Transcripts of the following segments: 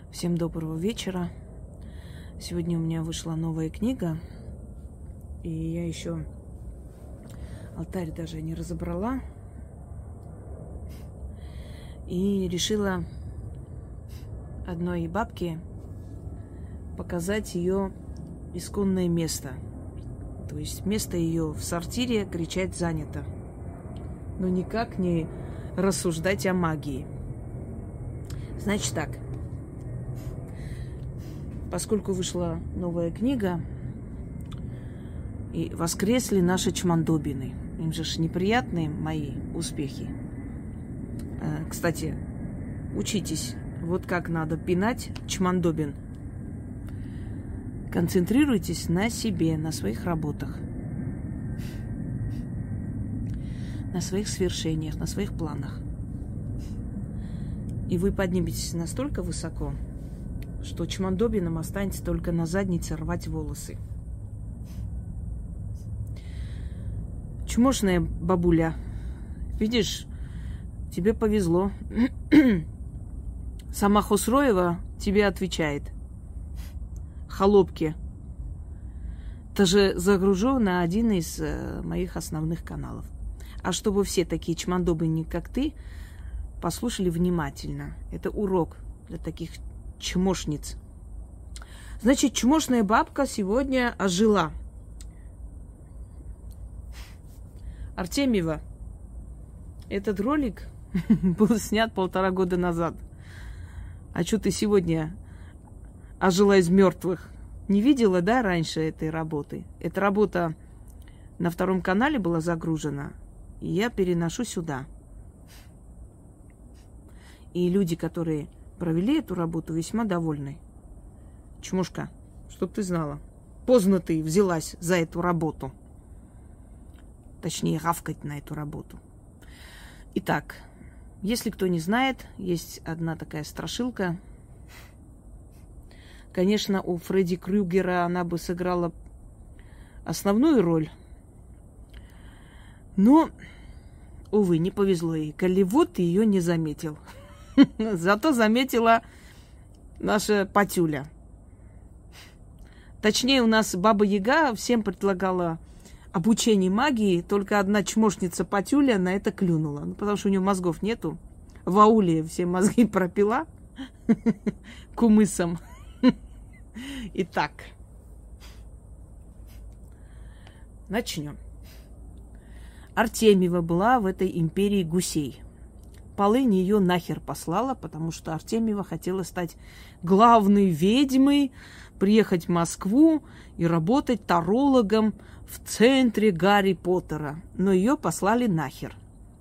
Всем доброго вечера. Сегодня у меня вышла новая книга, и я еще алтарь даже не разобрала. И решила одной бабке показать ее исконное место. То есть место ее в сортире, кричать занято. Но никак не рассуждать о магии. Значит так. Поскольку вышла новая книга, и воскресли наши чмандобины. Им же неприятные мои успехи. Кстати, учитесь, вот как надо пинать чмандобин. Концентрируйтесь на себе, на своих работах, на своих свершениях, на своих планах. И вы подниметесь настолько высоко, что чмандобином останется только на заднице рвать волосы. Чмошная бабуля, видишь, тебе повезло. Сама Хосроева тебе отвечает. Холопки. Даже загружу на один из моих основных каналов. А чтобы все такие чмандобыни, как ты, послушали внимательно. Это урок для таких чмошниц. Значит, чмошная бабка сегодня ожила. Артемьева, этот ролик был снят 1,5 года назад. А что ты сегодня ожила из мертвых? Не видела, да, раньше этой работы? Эта работа на 2 канале была загружена, и я переношу сюда. И люди, которые провели эту работу, весьма довольны. Чмошка, чтоб ты знала. Поздно ты взялась за эту работу. Точнее, гавкать на эту работу. Итак, если кто не знает, есть одна такая страшилка. Конечно, у Фредди Крюгера она бы сыграла основную роль. Но, увы, не повезло ей. Голливуд ее не заметил. Зато заметила наша Патюля. Точнее, у нас Баба Яга всем предлагала обучение магии, только одна чмошница Патюля на это клюнула. Ну, потому что у нее мозгов нету. В ауле все мозги пропила кумысом. Итак, начнем. Артемьева была в этой империи гусей. Полынь ее нахер послала, потому что Артемьева хотела стать главной ведьмой, приехать в Москву и работать тарологом в центре Гарри Поттера. Но ее послали нахер.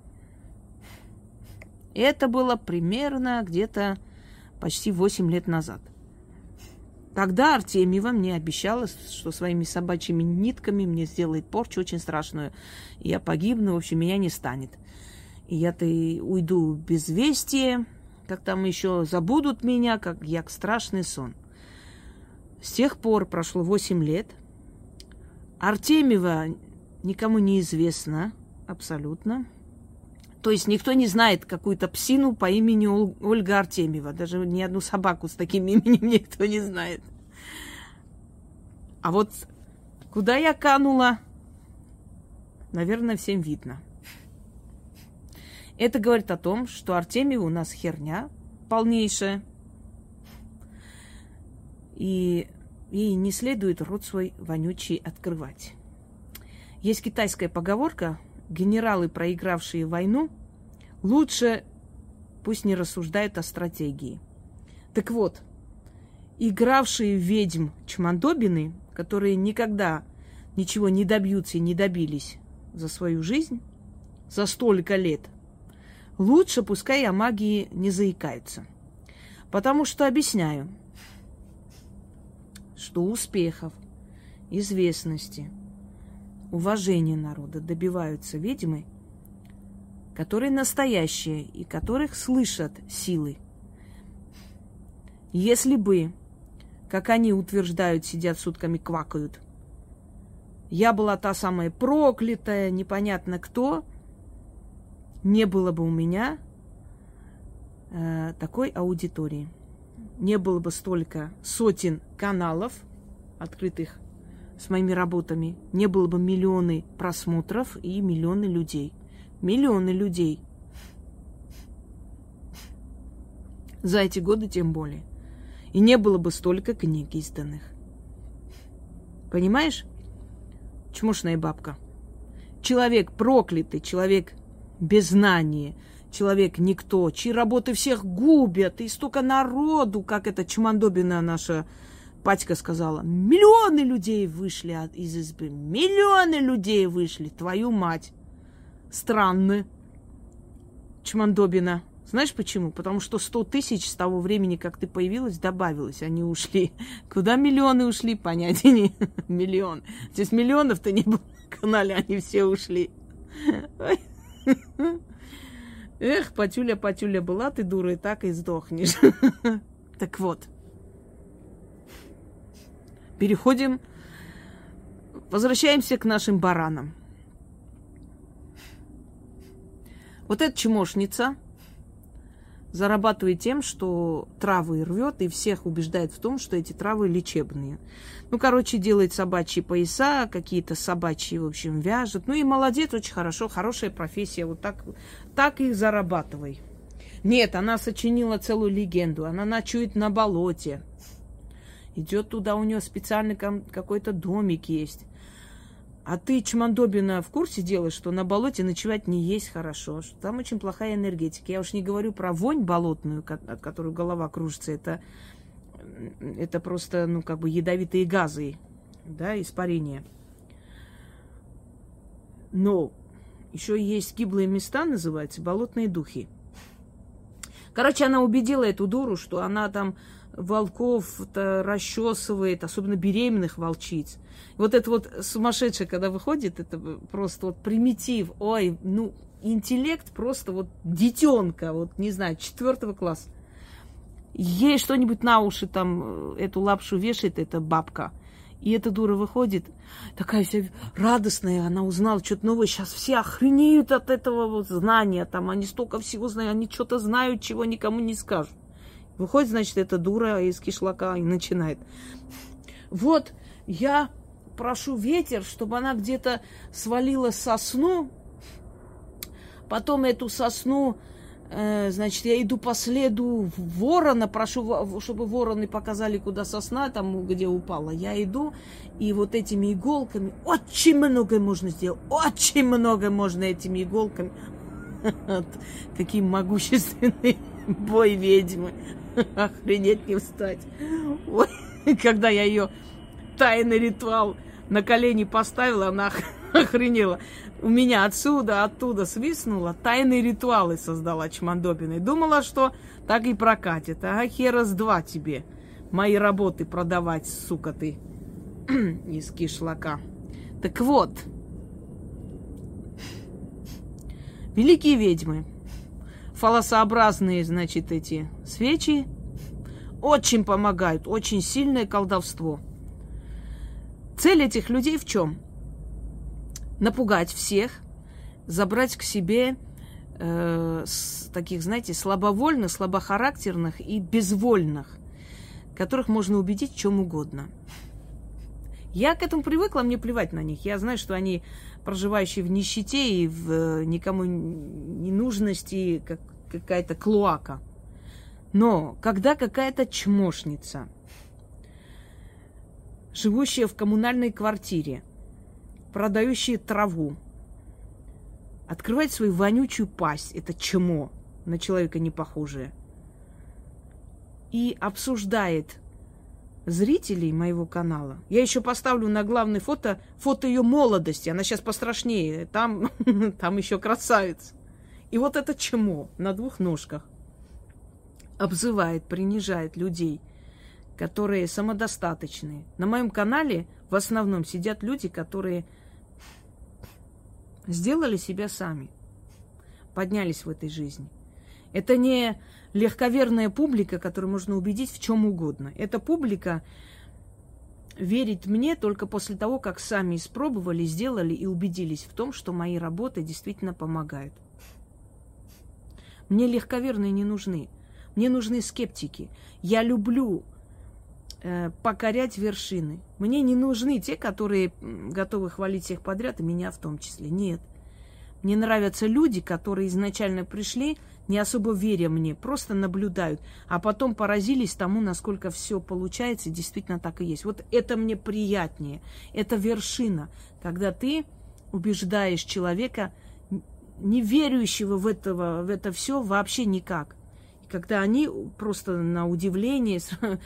Это было примерно где-то почти 8 лет назад. Тогда Артемьева мне обещала, что своими собачьими нитками мне сделает порчу очень страшную. И я погибну, в общем, меня не станет. И я-то уйду без вести, как там еще забудут меня, как як страшный сон. С тех пор прошло 8 лет. Артемьева никому не известна абсолютно. То есть никто не знает какую-то псину по имени Ольга Артемьева. Даже ни одну собаку с таким именем никто не знает. А вот куда я канула, наверное, всем видно. Это говорит о том, что Артемьева у нас херня полнейшая. И ей не следует рот свой вонючий открывать. Есть китайская поговорка: генералы, проигравшие войну, лучше пусть не рассуждают о стратегии. Так вот, игравшие в ведьм чмандобины, которые никогда ничего не добьются и не добились за свою жизнь, за столько лет, лучше пускай о магии не заикаются. Потому что, объясняю, что успехов, известности, уважения народа добиваются ведьмы, которые настоящие и которых слышат силы. Если бы, как они утверждают, сидят сутками, квакают, я была та самая проклятая, непонятно кто, не было бы у меня такой аудитории. не было бы столько сотен каналов, открытых с моими работами, не было бы миллионы просмотров и миллионы людей. Миллионы людей. За эти годы тем более. И не было бы столько книг изданных. Понимаешь? Чмошная бабка. Человек проклятый, человек без знания, человек никто, чьи работы всех губят, и столько народу, как эта Чмандобина наша Патька сказала. Миллионы людей вышли из избы, миллионы людей вышли, твою мать. Странно. Чмандобина. Знаешь почему? Потому что 100 тысяч с того времени, как ты появилась, добавилось. Они ушли. Куда миллионы ушли? Понятия не. Миллион. Здесь миллионов-то не было на канале, они все ушли. Эх, Патюля, Патюля, была ты дура, и так и сдохнешь. Так вот. Переходим. Возвращаемся к нашим баранам. Вот эта чмошница зарабатывает тем, что травы рвет и всех убеждает в том, что эти травы лечебные. Ну, короче, делает собачьи пояса, какие-то собачьи, в общем, вяжет. Ну и молодец, очень хорошо, хорошая профессия. Вот так и зарабатывай. Нет, она сочинила целую легенду. Она ночует на болоте. Идет туда, у нее специальный какой-то домик есть. А ты, Чмандобина, в курсе дела, что на болоте ночевать не есть хорошо, что там очень плохая энергетика. Я уж не говорю про вонь болотную, от которой голова кружится. Это просто, ну, как бы ядовитые газы, да, испарения. Но еще есть гиблые места, называются, болотные духи. Короче, она убедила эту дуру, что она там волков-то расчесывает, особенно беременных волчиц. Вот это вот сумасшедшее, когда выходит, это просто вот примитив. Ой, ну, интеллект просто вот детенка, вот, не знаю, 4 класса. Ей что-нибудь на уши там эту лапшу вешает, эта бабка. И эта дура выходит, такая вся радостная, она узнала что-то новое. Сейчас все охренеют от этого вот знания. Там они столько всего знают, они что-то знают, чего никому не скажут. Выходит, значит, эта дура из кишлака и начинает. Вот, я прошу ветер, чтобы она где-то свалила сосну. Потом эту сосну, значит, я иду по следу ворона, прошу, чтобы вороны показали, куда сосна, там, где упала. Я иду, и вот этими иголками, очень много можно сделать, очень много можно этими иголками. Какие могущественные бой ведьмы. Охренеть не встать. Ой, когда я ее тайный ритуал на колени поставила, она охренела. У меня оттуда свистнула, тайные ритуалы создала Чмандобина. И думала, что так и прокатит. А хера с два тебе мои работы продавать, сука ты, из кишлака. Так вот, великие ведьмы, фалосообразные, значит, эти свечи очень помогают, очень сильное колдовство. Цель этих людей в чем? Напугать всех, забрать к себе таких, знаете, слабовольных, слабохарактерных и безвольных, которых можно убедить в чем угодно. Я к этому привыкла, мне плевать на них. Я знаю, что они проживающие в нищете и в никому не нужности, как какая-то клоака. Но когда какая-то чмошница, живущая в коммунальной квартире, продающая траву, открывает свою вонючую пасть, это чмо, на человека не похожее, и обсуждает зрителей моего канала. Я еще поставлю на главное фото ее молодости. Она сейчас пострашнее. Там еще красавица. И вот это чмо на 2 ножках обзывает, принижает людей, которые самодостаточные. На моем канале в основном сидят люди, которые сделали себя сами, поднялись в этой жизни. Это не легковерная публика, которую можно убедить в чем угодно. Эта публика верит мне только после того, как сами испробовали, сделали и убедились в том, что мои работы действительно помогают. Мне легковерные не нужны. Мне нужны скептики. Я люблю покорять вершины. Мне не нужны те, которые готовы хвалить всех подряд, и меня в том числе. Нет. Мне нравятся люди, которые изначально пришли, не особо веря мне, просто наблюдают, а потом поразились тому, насколько все получается, и действительно так и есть. Вот это мне приятнее. Это вершина, когда ты убеждаешь человека, не верующего в это все вообще никак. Когда они просто на удивление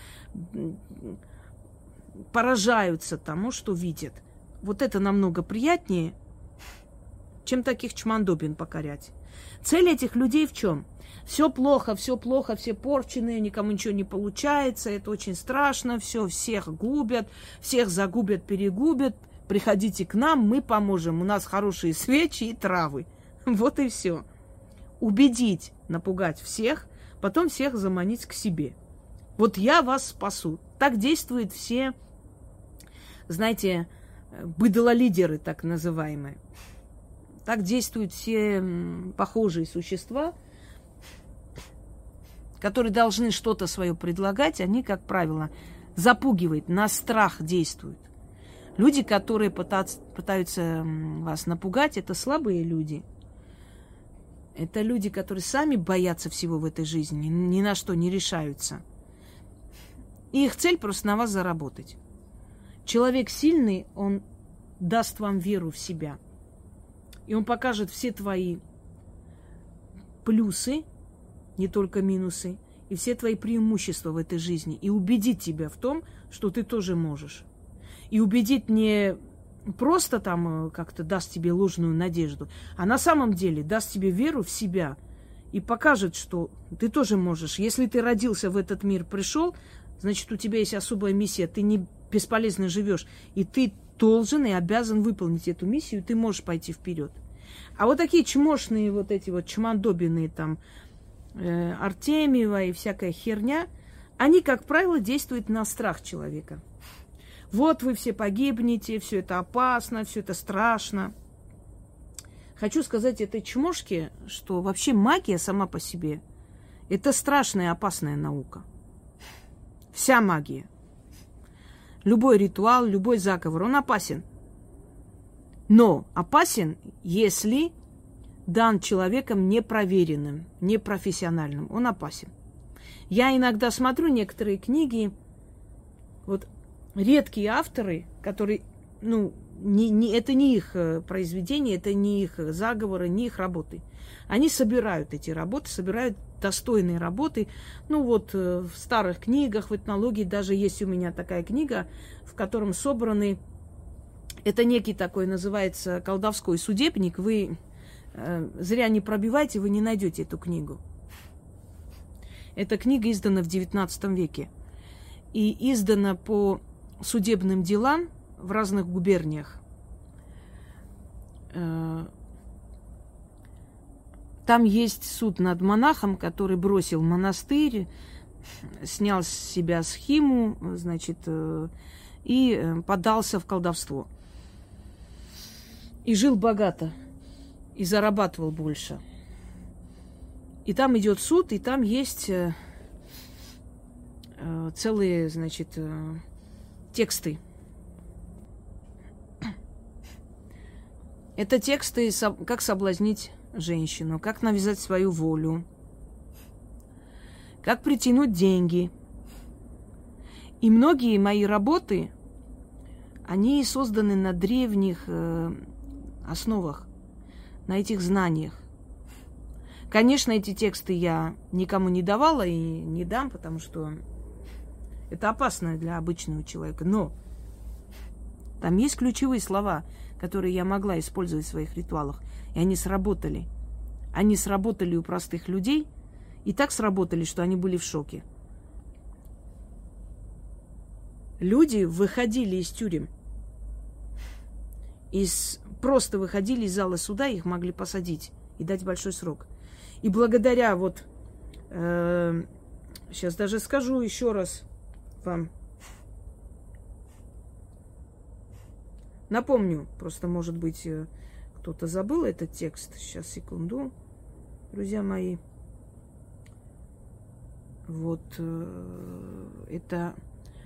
поражаются тому, что видят. Вот это намного приятнее, чем таких чмандобин покорять. Цель этих людей в чем? Все плохо, все порченые, никому ничего не получается, это очень страшно, все, всех губят, всех загубят, перегубят. Приходите к нам, мы поможем, у нас хорошие свечи и травы. Вот и все. Убедить, напугать всех, потом всех заманить к себе. Вот я вас спасу. Так действуют все, знаете, быдло-лидеры, так называемые. Так действуют все похожие существа, которые должны что-то свое предлагать. Они, как правило, запугивают, на страх действуют. Люди, которые пытаются вас напугать, это слабые люди. Это люди, которые сами боятся всего в этой жизни, ни на что не решаются. И их цель просто на вас заработать. Человек сильный, он даст вам веру в себя. И он покажет все твои плюсы, не только минусы, и все твои преимущества в этой жизни. И убедит тебя в том, что ты тоже можешь. И убедит не просто там как-то даст тебе ложную надежду, а на самом деле даст тебе веру в себя и покажет, что ты тоже можешь. Если ты родился в этот мир, пришел, значит, у тебя есть особая миссия. Ты не бесполезно живешь. И ты должен и обязан выполнить эту миссию, и ты можешь пойти вперед. А вот такие чмошные, вот эти вот чмандобины, там, Артемьева и всякая херня, они, как правило, действуют на страх человека. Вот вы все погибнете, все это опасно, все это страшно. Хочу сказать этой чмошке, что вообще магия сама по себе – это страшная и опасная наука. Вся магия. Любой ритуал, любой заговор, он опасен. Но опасен, если дан человеком непроверенным, непрофессиональным. Он опасен. Я иногда смотрю некоторые книги, вот редкие авторы, которые, это не их произведения, это не их заговоры, не их работы. Они собирают эти работы, собирают достойные работы. В старых книгах, в этнологии даже есть у меня такая книга, в котором собраны, это некий такой, называется, колдовской судебник. Вы зря не пробивайте, вы не найдете эту книгу. Эта книга издана в XIX веке. И издана по судебным делам в разных губерниях. Там есть суд над монахом, который бросил монастырь, снял с себя схиму, и поддался в колдовство. И жил богато, и зарабатывал больше. И там идет суд, и там есть целые, тексты. Это тексты, как соблазнить женщину, как навязать свою волю, как притянуть деньги. И многие мои работы, они созданы на древних основах, на этих знаниях. Конечно, эти тексты я никому не давала и не дам, потому что это опасно для обычного человека. Но там есть ключевые слова, которые я могла использовать в своих ритуалах, и они сработали. Они сработали у простых людей, и так сработали, что они были в шоке. Люди выходили из тюрем, просто выходили из зала суда, их могли посадить и дать большой срок. И благодаря сейчас даже скажу еще раз вам, напомню, просто, может быть, кто-то забыл этот текст. Сейчас, секунду, друзья мои. Вот это...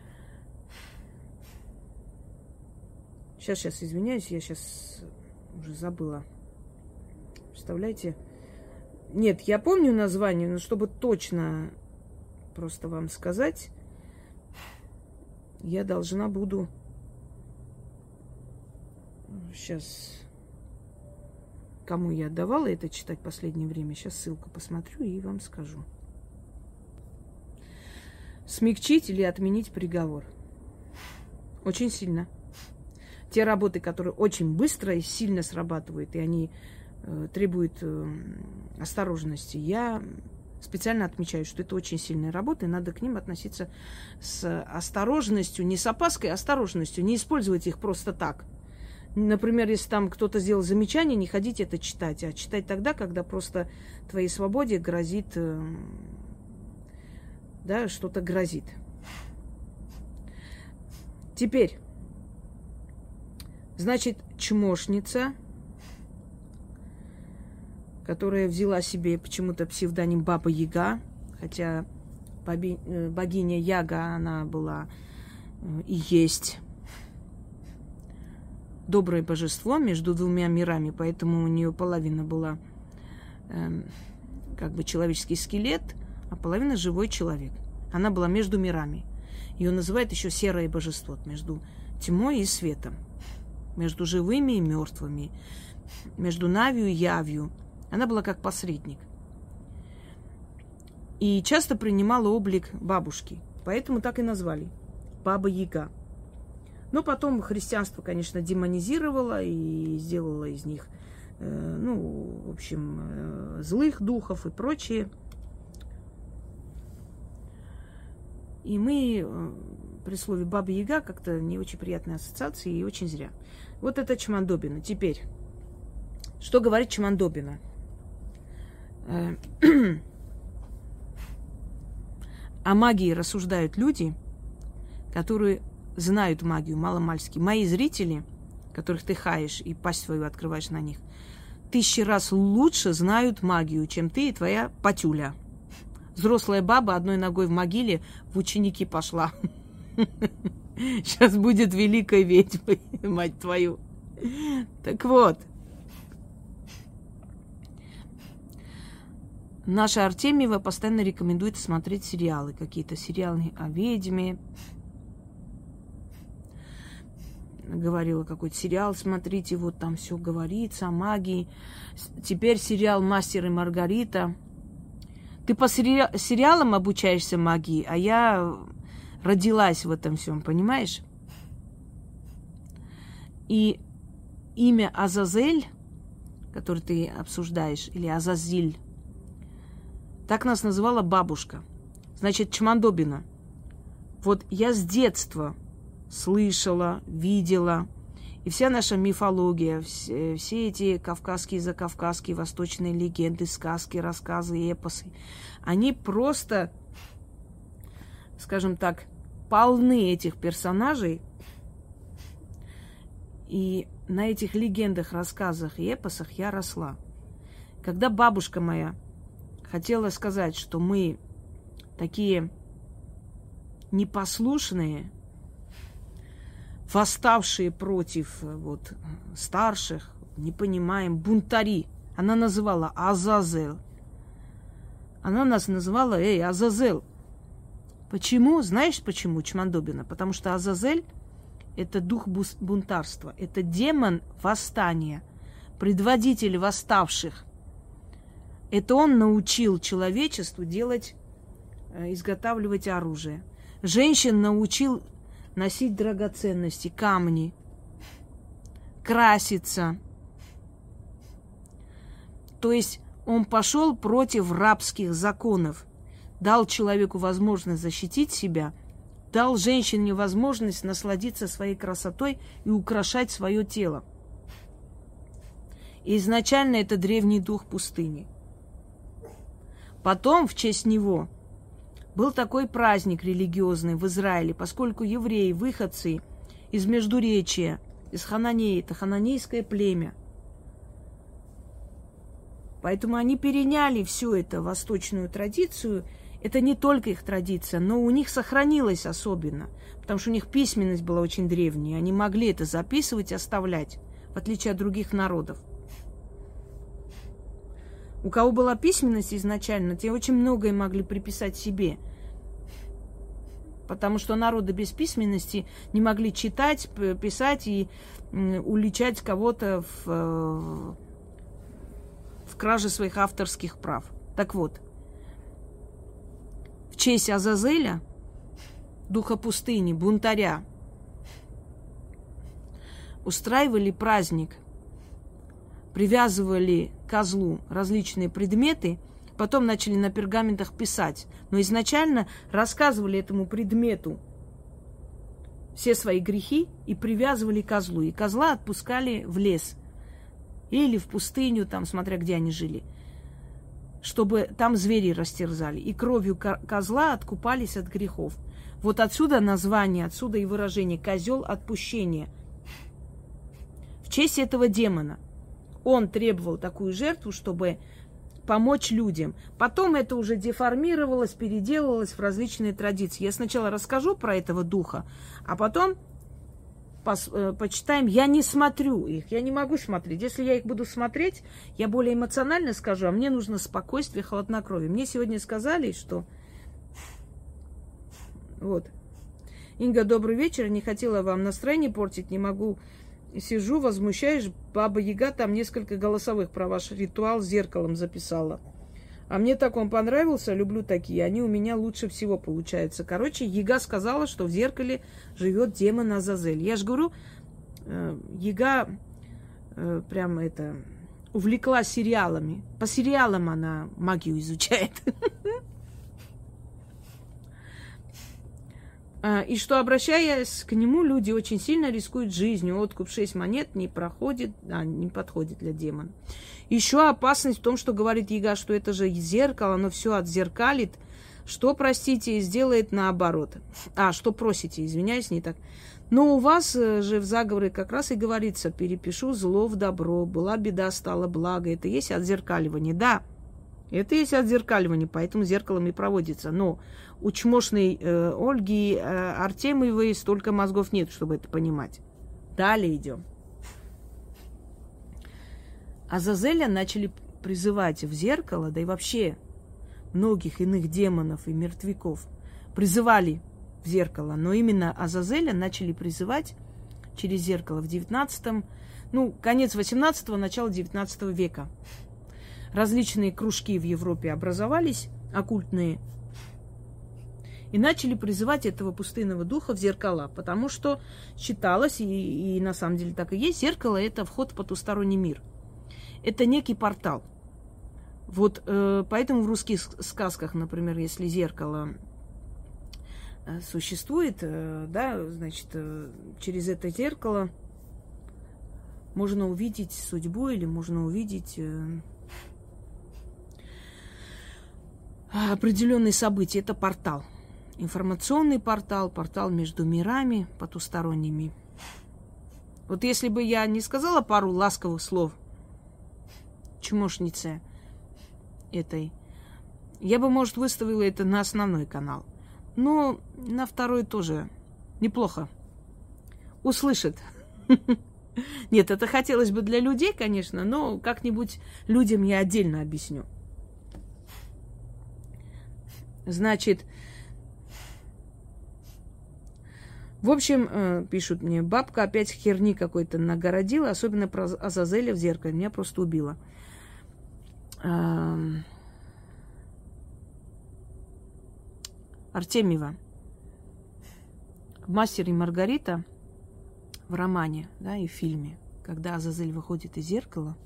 Сейчас, извиняюсь, я сейчас уже забыла. Представляете? Нет, я помню название, но чтобы точно просто вам сказать, я должна буду... Сейчас... Кому я отдавала это читать в последнее время, сейчас ссылку посмотрю и вам скажу. Смягчить или отменить приговор. Очень сильно. Те работы, которые очень быстро и сильно срабатывают, и они требуют осторожности, я специально отмечаю, что это очень сильные работы, и надо к ним относиться с осторожностью, не с опаской, а осторожностью, не использовать их просто так. Например, если там кто-то сделал замечание, не ходить это читать, а читать тогда, когда просто твоей свободе грозит, да, что-то грозит. Теперь, значит, чмошница, которая взяла себе почему-то псевдоним Баба Яга, хотя богиня Яга, она была и есть доброе божество между двумя мирами, поэтому у нее половина была как бы человеческий скелет, а половина живой человек. Она была между мирами. Ее называют еще серое божество, между тьмой и светом, между живыми и мертвыми, между навью и явью. Она была как посредник. И часто принимала облик бабушки, поэтому так и назвали Баба Яга. Но потом христианство, конечно, демонизировало и сделало из них, ну, в общем, злых духов и прочее. И мы при слове Баба Яга как-то не очень приятные ассоциации и очень зря. Вот это Чмандобина. Теперь, что говорит Чмандобина? О магии рассуждают люди, которые знают магию маломальски. Мои зрители, которых ты хаешь и пасть свою открываешь на них, 1000 раз лучше знают магию, чем ты и твоя патюля. Взрослая баба одной ногой в могиле в ученики пошла. Сейчас будет великой ведьмой, мать твою. Так вот. Наша Артемьева постоянно рекомендует смотреть сериалы. Какие-то сериалы о ведьме. Говорила, какой-то сериал, смотрите, вот там все говорится о магии. Теперь сериал «Мастер и Маргарита». Ты по сериалам обучаешься магии, а я родилась в этом всем, понимаешь? И имя Азазель, которое ты обсуждаешь, или Азазиль, так нас называла бабушка. Значит, Чмандобина. Вот я с детства слышала, видела, и вся наша мифология, все эти кавказские, закавказские, восточные легенды, сказки, рассказы, эпосы, они просто, скажем так, полны этих персонажей. И на этих легендах, рассказах и эпосах я росла. Когда бабушка моя хотела сказать, что мы такие непослушные, восставшие против вот, старших, не понимаем, бунтари. Она называла Азазел. Она нас называла, эй, Азазел. Почему? Знаешь почему, Чмандобина? Потому что Азазель – это дух бунтарства, это демон восстания, предводитель восставших. Это он научил человечеству изготавливать оружие. Женщин научил носить драгоценности, камни, краситься. То есть он пошел против рабских законов, дал человеку возможность защитить себя, дал женщине возможность насладиться своей красотой и украшать свое тело. И изначально это древний дух пустыни. Потом в честь него был такой праздник религиозный в Израиле, поскольку евреи, выходцы из Междуречия, из Хананеи, это хананейское племя. Поэтому они переняли всю эту восточную традицию Это не только их традиция, но у них сохранилось особенно, потому что у них письменность была очень древняя. Они могли это записывать и оставлять, в отличие от других народов. У кого была письменность изначально, те очень многое могли приписать себе. Потому что народы без письменности не могли читать, писать и уличать кого-то в краже своих авторских прав. Так вот, в честь Азазеля, духа пустыни, бунтаря, устраивали праздник, привязывали к козлу различные предметы, потом начали на пергаментах писать. Но изначально рассказывали этому предмету все свои грехи и привязывали к козлу. И козла отпускали в лес или в пустыню, там, смотря где они жили, чтобы там звери растерзали. И кровью козла откупались от грехов. Вот отсюда название, отсюда и выражение «козел отпущения». В честь этого демона. Он требовал такую жертву, чтобы помочь людям. Потом это уже деформировалось, переделывалось в различные традиции. Я сначала расскажу про этого духа, а потом почитаем. Я не смотрю их, я не могу смотреть. Если я их буду смотреть, я более эмоционально скажу, а мне нужно спокойствие, хладнокровие. Мне сегодня сказали, что... Вот. Инга, добрый вечер. Не хотела вам настроение портить, не могу... Сижу, возмущаюсь, Баба Яга там несколько голосовых про ваш ритуал с зеркалом записала. А мне так он понравился, люблю такие, они у меня лучше всего получаются. Короче, Яга сказала, что в зеркале живет демон Азазель. Я же говорю, Яга прям это увлеклась сериалами. По сериалам она магию изучает. И что, обращаясь к нему, люди очень сильно рискуют жизнью. Откуп 6 монет не подходит для демона. Еще опасность в том, что говорит Яга, что это же зеркало, оно все отзеркалит. Что, простите, сделает наоборот. Что просите, извиняюсь, не так. Но у вас же в заговоре как раз и говорится, перепишу зло в добро, была беда, стала благо. Это есть отзеркаливание, да. Это есть отзеркаливание, поэтому зеркалом и проводится. Но у чмошной Ольги Артемьевой столько мозгов нет, чтобы это понимать. Далее идем. Азазеля начали призывать в зеркало, да и вообще многих иных демонов и мертвяков призывали в зеркало. Но именно Азазеля начали призывать через зеркало в 19-м, конец 18-го, начало 19 века. Различные кружки в Европе образовались, оккультные, и начали призывать этого пустынного духа в зеркала, потому что считалось, и на самом деле так и есть, зеркало – это вход в потусторонний мир. Это некий портал. Вот поэтому в русских сказках, например, если зеркало существует, через это зеркало можно увидеть судьбу или можно увидеть... определенные события. Это портал. Информационный портал, портал между мирами потусторонними. Вот если бы я не сказала пару ласковых слов чмошнице этой, я бы, может, выставила это на основной канал. Но на второй тоже неплохо. Услышит. Нет, это хотелось бы для людей, конечно, но как-нибудь людям я отдельно объясню. Значит, в общем, пишут мне, бабка опять херни какой-то нагородила, особенно про Азазеля в зеркале, меня просто убила. Артемьева. В «Мастере и Маргарита», в романе, да, и в фильме, когда Азазель выходит из зеркала,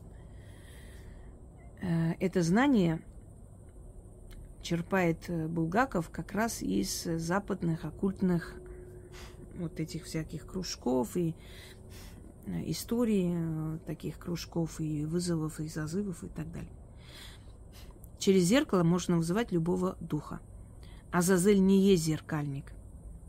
это знание черпает Булгаков как раз из западных оккультных вот этих всяких кружков и истории таких кружков и вызовов, и зазывов и так далее. Через зеркало можно вызывать любого духа. Азазель не есть зеркальник.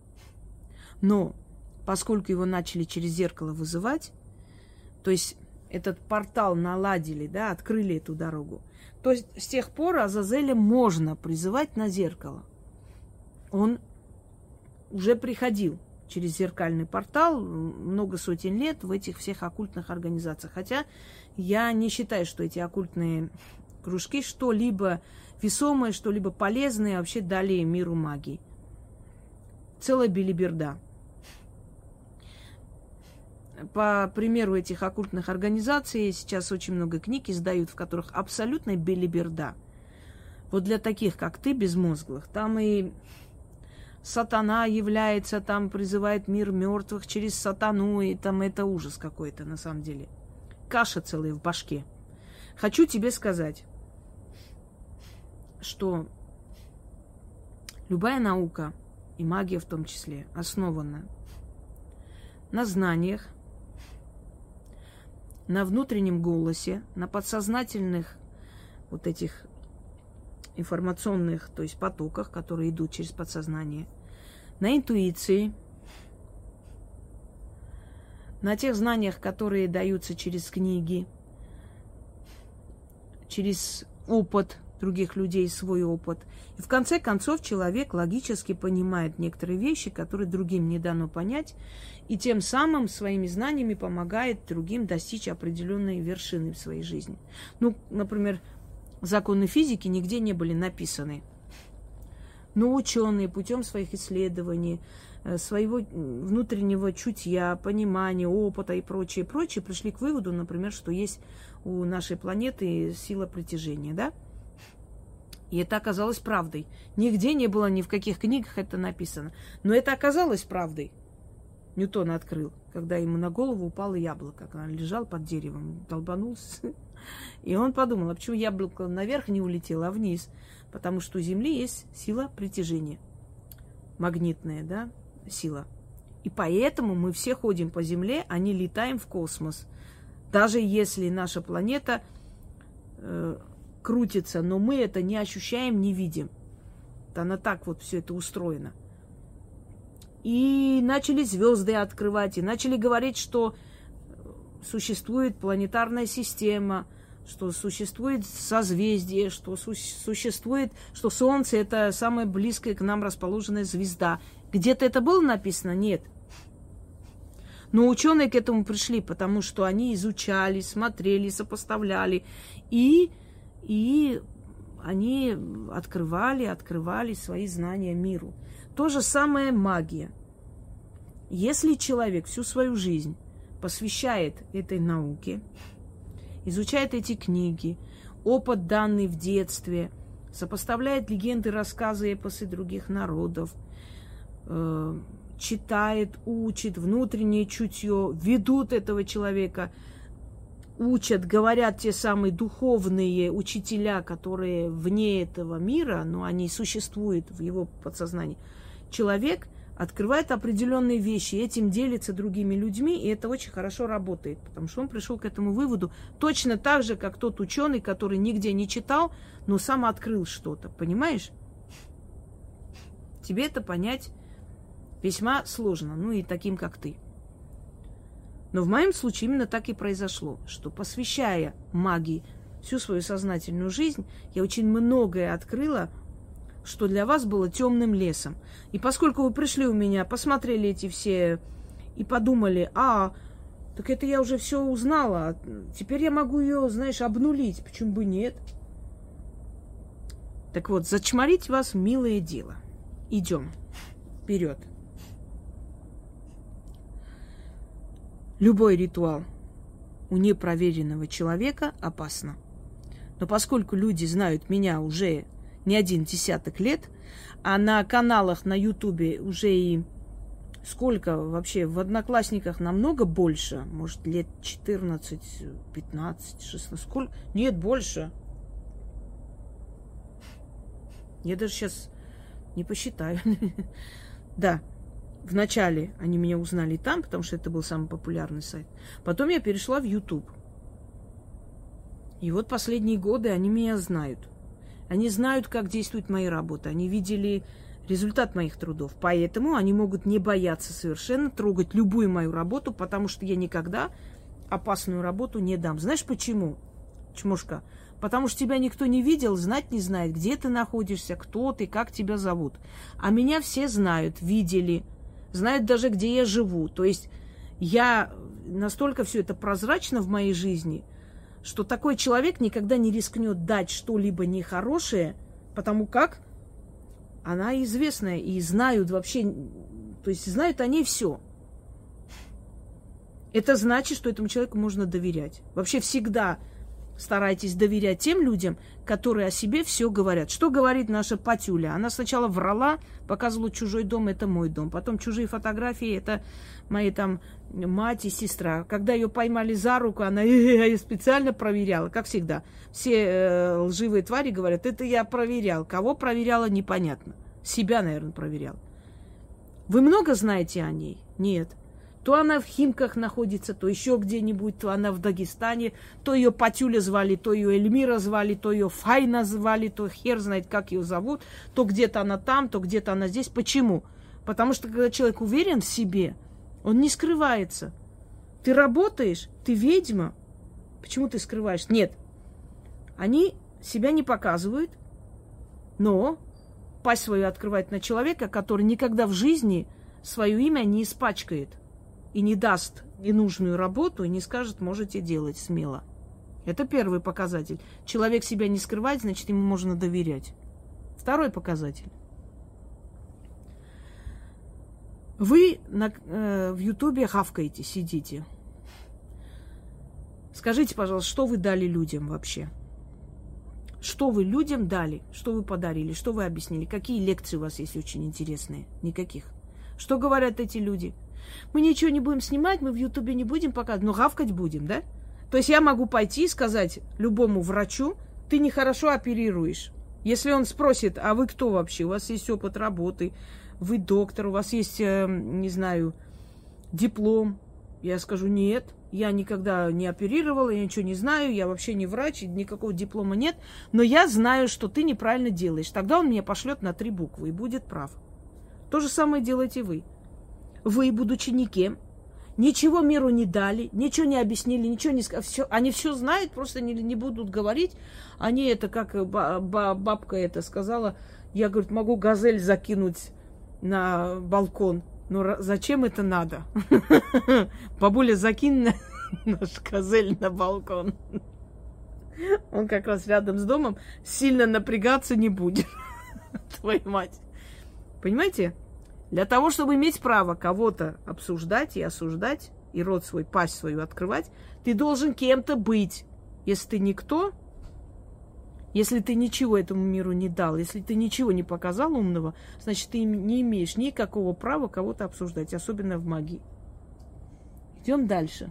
Но поскольку его начали через зеркало вызывать, то есть этот портал наладили, да, открыли эту дорогу, то есть с тех пор Азазеля можно призывать на зеркало. Он уже приходил через зеркальный портал много сотен лет в этих всех оккультных организациях. Хотя я не считаю, что эти оккультные кружки что-либо весомое, что-либо полезное вообще дали миру магии. Целая белиберда. По примеру этих оккультных организаций сейчас очень много книг издают, в которых абсолютная белиберда. Вот для таких, как ты, безмозглых, там и сатана является, там призывает мир мертвых через сатану, и там это ужас какой-то на самом деле. Каша целая в башке. Хочу тебе сказать, что любая наука, и магия в том числе, основана на знаниях, на внутреннем голосе, на подсознательных вот этих информационных, то есть потоках, которые идут через подсознание, на интуиции, на тех знаниях, которые даются через книги, через опыт других людей, свой опыт. И в конце концов человек логически понимает некоторые вещи, которые другим не дано понять, и тем самым своими знаниями помогает другим достичь определенной вершины в своей жизни. Ну, например, законы физики нигде не были написаны. Но ученые путем своих исследований, своего внутреннего чутья, понимания, опыта и прочее, пришли к выводу, например, что есть у нашей планеты сила притяжения, да? И это оказалось правдой. Нигде не было, ни в каких книгах это написано. Но это оказалось правдой. Ньютон открыл, когда ему на голову упало яблоко. Когда он лежал под деревом, долбанулся. И он подумал, а почему яблоко наверх не улетело, а вниз? Потому что у Земли есть сила притяжения. Магнитная, да, сила. И поэтому мы все ходим по Земле, а не летаем в космос. Даже если наша планета крутится, но мы это не ощущаем, не видим. Она так вот все это устроено. И начали звезды открывать, и начали говорить, что существует планетарная система, что существует созвездие, что существует, что Солнце – это самая близкая к нам расположенная звезда. Где-то это было написано? Нет. Но ученые к этому пришли, потому что они изучали, смотрели, сопоставляли, и они открывали свои знания миру. То же самое магия. Если человек всю свою жизнь посвящает этой науке, изучает эти книги, опыт, данный в детстве, сопоставляет легенды, рассказы, эпосы других народов, читает, учит, внутреннее чутье, ведут этого человека, учат, говорят те самые духовные учителя, которые вне этого мира, но они существуют в его подсознании. Человек открывает определенные вещи, этим делится другими людьми, и это очень хорошо работает, потому что он пришел к этому выводу точно так же, как тот ученый, который нигде не читал, но сам открыл что-то, понимаешь? Тебе это понять весьма сложно, ну и таким, как ты. Но в моем случае именно так и произошло, что, посвящая магии всю свою сознательную жизнь, я очень многое открыла, что для вас было темным лесом. И поскольку вы пришли у меня, посмотрели эти все и подумали, так это я уже все узнала, теперь я могу ее, знаешь, обнулить, почему бы нет? Так вот, зачморить вас милое дело. Идем вперед. Любой ритуал у непроверенного человека опасно. Но поскольку люди знают меня уже не один десяток лет, а на каналах на Ютубе уже и сколько вообще, в Одноклассниках намного больше, может, лет 14, 15, 16, сколько? Нет, больше. Я даже сейчас не посчитаю. Да. Вначале они меня узнали там, потому что это был самый популярный сайт. Потом я перешла в YouTube. И вот последние годы они меня знают. Они знают, как действует моя работа. Они видели результат моих трудов. Поэтому они могут не бояться совершенно трогать любую мою работу, потому что я никогда опасную работу не дам. Знаешь почему, Чмушка? Потому что тебя никто не видел, знать не знает, где ты находишься, кто ты, как тебя зовут. А меня все знают, видели, знают даже, где я живу. То есть я настолько все это прозрачно в моей жизни, что такой человек никогда не рискнет дать что-либо нехорошее, потому как она известная и знают вообще, то есть знают о ней все. Это значит, что этому человеку можно доверять. Вообще всегда старайтесь доверять тем людям, которые о себе все говорят. Что говорит наша Патюля? Она сначала врала, показывала чужой дом, это мой дом. Потом чужие фотографии, это мои там мать и сестра. Когда ее поймали за руку, она специально проверяла, как всегда. Все лживые твари говорят, это я проверял. Кого проверяла, непонятно. Себя, наверное, проверял. Вы много знаете о ней? Нет. То она в Химках находится, то еще где-нибудь, то она в Дагестане, то ее Патюля звали, то ее Эльмира звали, то ее Файна звали, то хер знает, как ее зовут, то где-то она там, то где-то она здесь. Почему? Потому что когда человек уверен в себе, он не скрывается. Ты работаешь, ты ведьма. Почему ты скрываешь? Нет. Они себя не показывают, но пасть свою открывают на человека, который никогда в жизни свое имя не испачкает. И не даст ненужную работу, и не скажет, можете делать смело. Это первый показатель. Человек себя не скрывает, значит, ему можно доверять. Второй показатель. Вы в Ютубе хавкаете, сидите. Скажите, пожалуйста, что вы дали людям вообще? Что вы людям дали? Что вы подарили? Что вы объяснили? Какие лекции у вас есть очень интересные? Никаких. Что говорят эти люди? Мы ничего не будем снимать, мы в Ютубе не будем показывать, но гавкать будем, да? То есть я могу пойти и сказать любому врачу, ты нехорошо оперируешь. Если он спросит, а вы кто вообще? У вас есть опыт работы, вы доктор, у вас есть, не знаю, диплом. Я скажу, нет, я никогда не оперировала, я ничего не знаю, я вообще не врач, никакого диплома нет, но я знаю, что ты неправильно делаешь. Тогда он меня пошлет на 3 буквы и будет прав. То же самое делаете вы. Вы, будучи никем, ничего миру не дали, ничего не объяснили, ничего не сказали. Они все знают, просто не будут говорить. Они это, как бабка это сказала, я, говорит, могу газель закинуть на балкон. Но зачем это надо? Бабуля, закинь наш газель на балкон. Он как раз рядом с домом, сильно напрягаться не будет. Твою мать. Понимаете? Для того, чтобы иметь право кого-то обсуждать и осуждать, и рот свой, пасть свою открывать, ты должен кем-то быть. Если ты никто, если ты ничего этому миру не дал, если ты ничего не показал умного, значит, ты не имеешь никакого права кого-то обсуждать, особенно в магии. Идем дальше.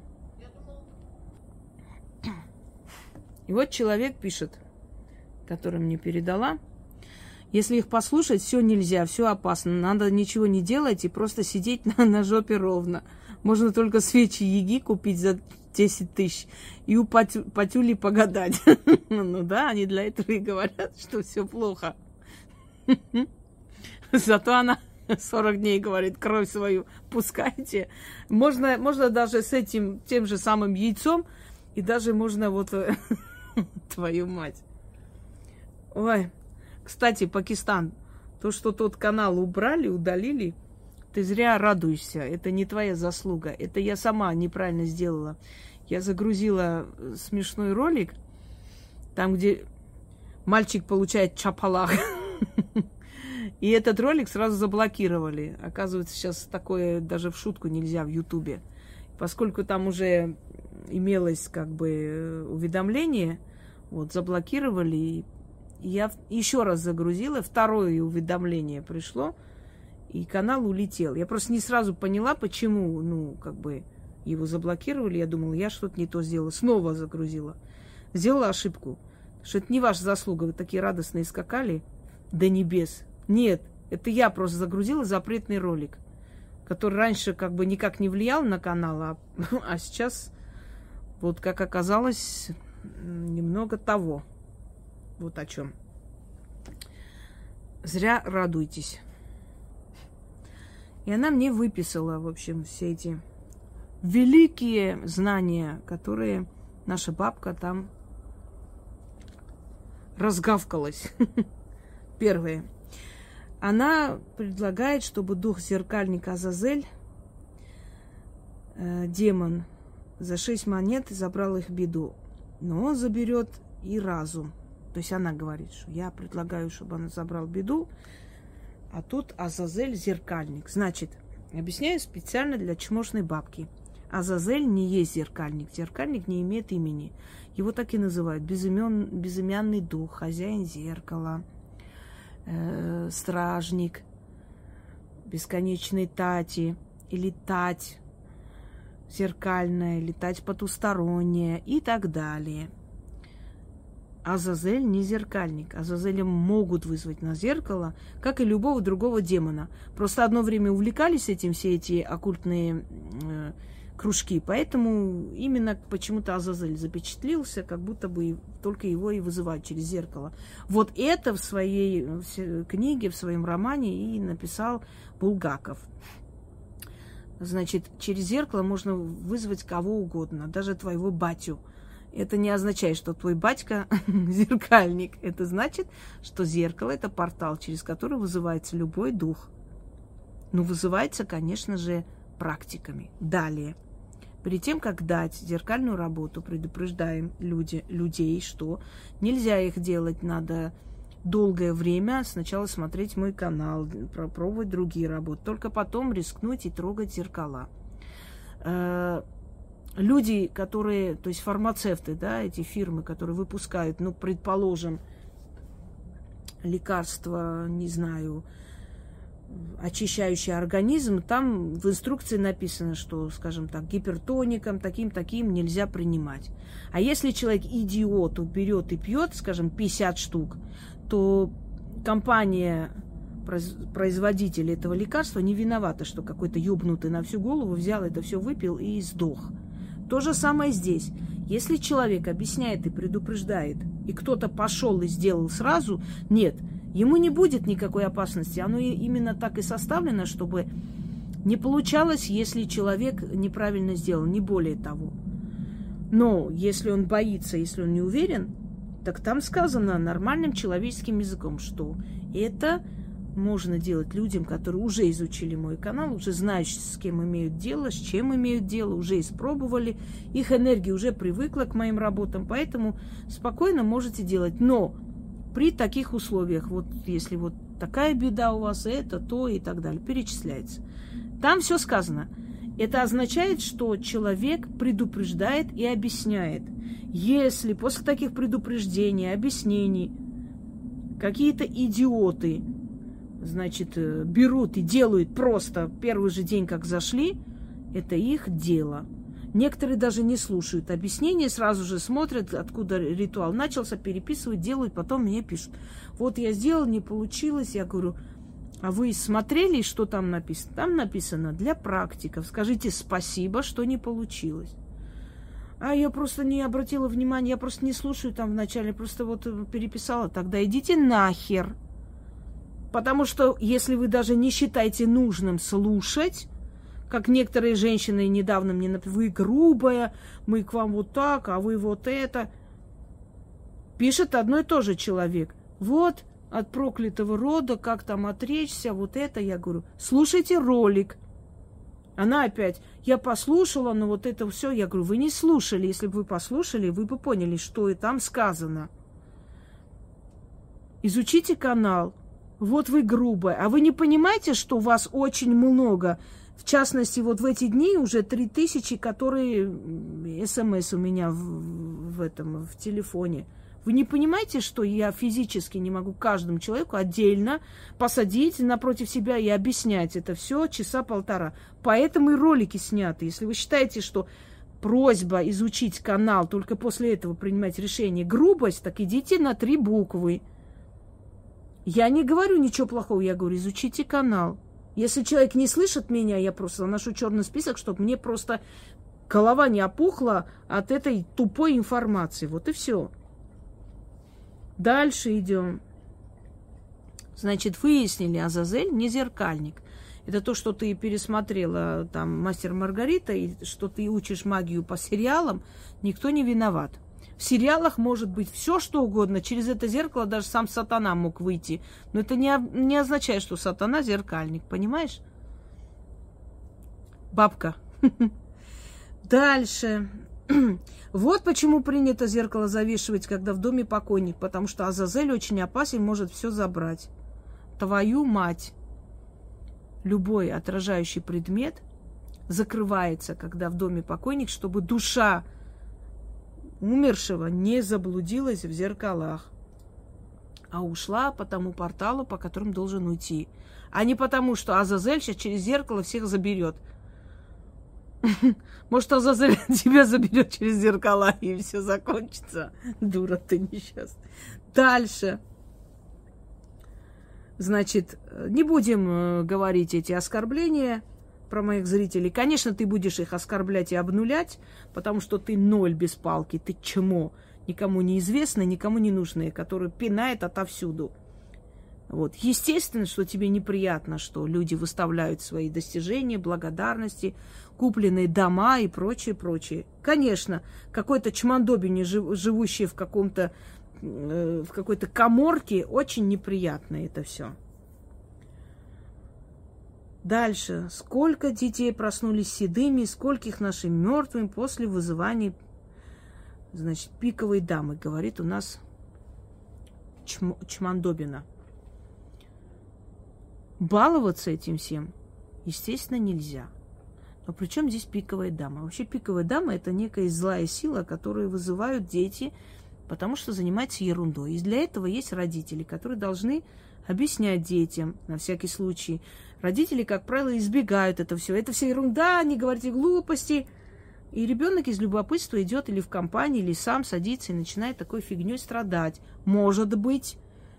И вот человек пишет, который мне передала. Если их послушать, все нельзя, все опасно. Надо ничего не делать и просто сидеть на жопе ровно. Можно только свечи Яги купить за 10 тысяч и у Патюли погадать. Ну да, они для этого и говорят, что все плохо. Зато она 40 дней говорит, кровь свою пускайте. Можно даже с этим, тем же самым яйцом, и даже можно вот твою мать. Ой. Кстати, Пакистан, то, что тот канал убрали, удалили, ты зря радуешься. Это не твоя заслуга. Это я сама неправильно сделала. Я загрузила смешной ролик, там, где мальчик получает чапалах. И этот ролик сразу заблокировали. Оказывается, сейчас такое даже в шутку нельзя в Ютубе. Поскольку там уже имелось как бы уведомление, вот, заблокировали. И я еще раз загрузила, второе уведомление пришло, и канал улетел. Я просто не сразу поняла, почему, ну, как бы его заблокировали. Я думала, я что-то не то сделала. Снова загрузила. Сделала ошибку. Что это не ваша заслуга. Вы такие радостные скакали до небес. Нет, это я просто загрузила запретный ролик, который раньше как бы никак не влиял на канал, а сейчас, вот как оказалось, немного того. Вот о чем. Зря радуйтесь. И она мне выписала, в общем, все эти великие знания, которые наша бабка там разгавкалась. Первое. Она предлагает, чтобы дух-зеркальник Азазель, демон, за 6 монет забрал их беду. Но он заберет и разум. То есть она говорит, что я предлагаю, чтобы он забрал беду, а тут Азазель зеркальник. Значит, объясняю специально для чмошной бабки. Азазель не есть зеркальник. Зеркальник не имеет имени. Его так и называют. Безымянный дух, хозяин зеркала, стражник, бесконечной тати или тать зеркальная, или тать потусторонняя и так далее. Азазель не зеркальник. Азазеля могут вызвать на зеркало, как и любого другого демона. Просто одно время увлекались этим все эти оккультные кружки, поэтому именно почему-то Азазель запечатлился, как будто бы только его и вызывают через зеркало. Вот это в своей книге, в своем романе и написал Булгаков. Значит, через зеркало можно вызвать кого угодно, даже твоего батю. Это не означает, что твой батька зеркальник. Это значит, что зеркало – это портал, через который вызывается любой дух. Но вызывается, конечно же, практиками. Далее. Перед тем, как дать зеркальную работу, предупреждаем людей, что нельзя их делать, надо долгое время сначала смотреть мой канал, пробовать другие работы, только потом рискнуть и трогать зеркала. Люди, которые, то есть фармацевты, да, эти фирмы, которые выпускают, ну, предположим, лекарства, не знаю, очищающий организм, там в инструкции написано, что, скажем так, гипертоником таким нельзя принимать. А если человек идиот берет и пьет, скажем, 50 штук, то компания, производитель этого лекарства не виновата, что какой-то ёбнутый на всю голову взял это все, выпил и сдох. То же самое здесь. Если человек объясняет и предупреждает, и кто-то пошел и сделал сразу, нет, ему не будет никакой опасности. Оно именно так и составлено, чтобы не получалось, если человек неправильно сделал, не более того. Но если он боится, если он не уверен, так там сказано нормальным человеческим языком, что это можно делать людям, которые уже изучили мой канал, уже знают, с кем имеют дело, с чем имеют дело, уже испробовали, их энергия уже привыкла к моим работам, поэтому спокойно можете делать. Но при таких условиях, вот если вот такая беда у вас, это, то и так далее, перечисляется. Там все сказано. Это означает, что человек предупреждает и объясняет. Если после таких предупреждений, объяснений какие-то идиоты, значит, берут и делают просто первый же день, как зашли, это их дело. Некоторые даже не слушают объяснения, сразу же смотрят, откуда ритуал начался, переписывают, делают, потом мне пишут. Вот я сделал, не получилось. Я говорю, а вы смотрели, что там написано? Там написано для практиков. Скажите спасибо, что не получилось. А я просто не обратила внимания, я просто не слушаю там вначале, просто вот переписала. Тогда идите нахер. Потому что если вы даже не считаете нужным слушать, как некоторые женщины недавно мне написали, вы грубая, мы к вам вот так, а вы вот это. Пишет одно и то же человек. Вот от проклятого рода, как там отречься, вот это. Я говорю, слушайте ролик. Она опять, я послушала, но вот это все. Я говорю, вы не слушали. Если бы вы послушали, вы бы поняли, что и там сказано. Изучите канал. Вот вы грубая. А вы не понимаете, что вас очень много? В частности, вот в эти дни уже 3000, которые СМС у меня в телефоне. Вы не понимаете, что я физически не могу каждому человеку отдельно посадить напротив себя и объяснять это все часа полтора. Поэтому и ролики сняты. Если вы считаете, что просьба изучить канал, только после этого принимать решение грубость, так идите на 3 буквы. Я не говорю ничего плохого, я говорю, изучите канал. Если человек не слышит меня, я просто наношу черный список, чтобы мне просто голова не опухла от этой тупой информации. Вот и все. Дальше идем. Значит, выяснили, Азазель не зеркальник. Это то, что ты пересмотрела там «Мастер и Маргарита», и что ты учишь магию по сериалам, никто не виноват. В сериалах может быть все, что угодно. Через это зеркало даже сам сатана мог выйти. Но это не означает, что сатана зеркальник, понимаешь? Бабка. Дальше. Вот почему принято зеркало завешивать, когда в доме покойник. Потому что Азазель очень опасен, может все забрать. Твою мать. Любой отражающий предмет закрывается, когда в доме покойник, чтобы душа умершего не заблудилась в зеркалах, а ушла по тому порталу, по которому должен уйти. А не потому, что Азазель сейчас через зеркало всех заберет. Может, Азазель тебя заберет через зеркала, и все закончится. Дура ты несчастная. Дальше. Значит, не будем говорить эти оскорбления про моих зрителей. Конечно, ты будешь их оскорблять и обнулять, потому что ты ноль без палки, ты чмо, никому неизвестное, никому не нужное, который пинает отовсюду. Вот. Естественно, что тебе неприятно, что люди выставляют свои достижения, благодарности, купленные дома и прочее, прочее. Конечно, какой-то чмандобине, живущий в какой-то каморке, очень неприятно это все. Дальше. Сколько детей проснулись седыми, скольких нашим мертвым после вызывания, значит, пиковой дамы, говорит у нас Чмандобина. Баловаться этим всем, естественно, нельзя. Но при чем здесь пиковая дама? Вообще пиковая дама – это некая злая сила, которую вызывают дети, потому что занимаются ерундой. И для этого есть родители, которые должны объяснять детям на всякий случай. Родители, как правило, избегают это все. Это все ерунда, не говорите глупости. И ребенок из любопытства идет или в компании, или сам садится и начинает такой фигней страдать. Может быть,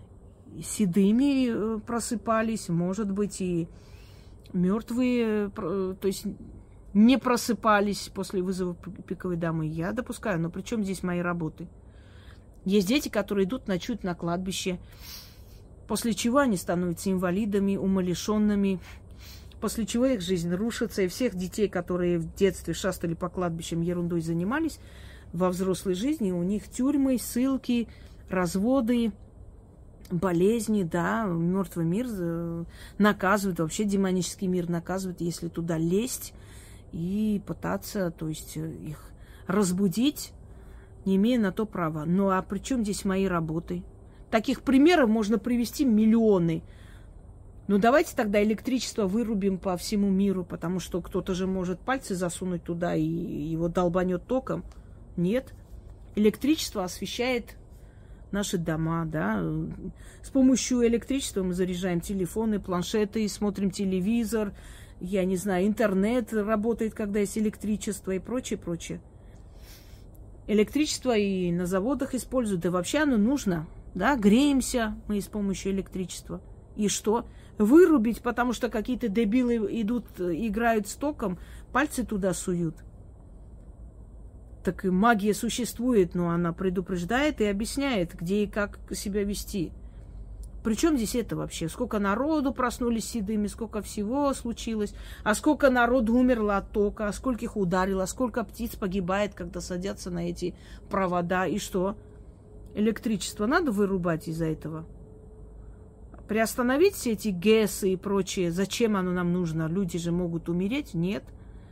седыми просыпались, может быть, и мертвые, то есть не просыпались после вызова пиковой дамы. Я допускаю, но при чем здесь мои работы? Есть дети, которые идут, ночуют на кладбище, после чего они становятся инвалидами, умалишенными, после чего их жизнь рушится, и всех детей, которые в детстве шастали по кладбищам, ерундой занимались, во взрослой жизни у них тюрьмы, ссылки, разводы, болезни, да, мертвый мир наказывает, вообще демонический мир наказывает, если туда лезть и пытаться, то есть их разбудить, не имея на то права. Ну а при чем здесь мои работы? Таких примеров можно привести миллионы. Ну давайте тогда электричество вырубим по всему миру, потому что кто-то же может пальцы засунуть туда и его долбанет током. Нет. Электричество освещает наши дома, да. С помощью электричества мы заряжаем телефоны, планшеты, смотрим телевизор, я не знаю, интернет работает, когда есть электричество и прочее, прочее. Электричество и на заводах используют, да вообще оно нужно, да, греемся мы с помощью электричества. И что? Вырубить, потому что какие-то дебилы идут, играют с током, пальцы туда суют. Так и магия существует, но она предупреждает и объясняет, где и как себя вести. Причем здесь это вообще? Сколько народу проснулись седыми, сколько всего случилось, а сколько народу умерло от тока, а скольких ударило, а сколько птиц погибает, когда садятся на эти провода. И что? Электричество надо вырубать из-за этого? Приостановить все эти ГЭСы и прочее, зачем оно нам нужно? Люди же могут умереть? Нет.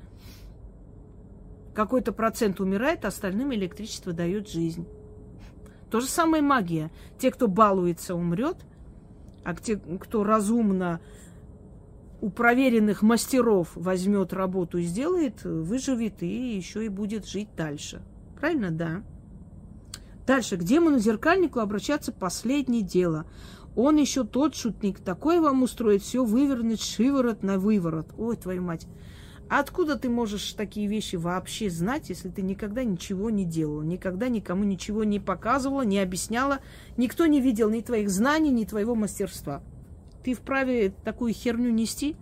Какой-то процент умирает, остальным электричество дает жизнь. То же самое магия. Те, кто балуется, умрет, а те, кто разумно у проверенных мастеров возьмет работу и сделает, выживет и еще и будет жить дальше. Правильно? Да. Дальше. К демону-зеркальнику обращаться последнее дело. Он еще тот шутник. Такое вам устроит, все вывернуть шиворот на выворот. Ой, твою мать. А откуда ты можешь такие вещи вообще знать, если ты никогда ничего не делала, никогда никому ничего не показывала, не объясняла, никто не видел ни твоих знаний, ни твоего мастерства? Ты вправе такую херню нести?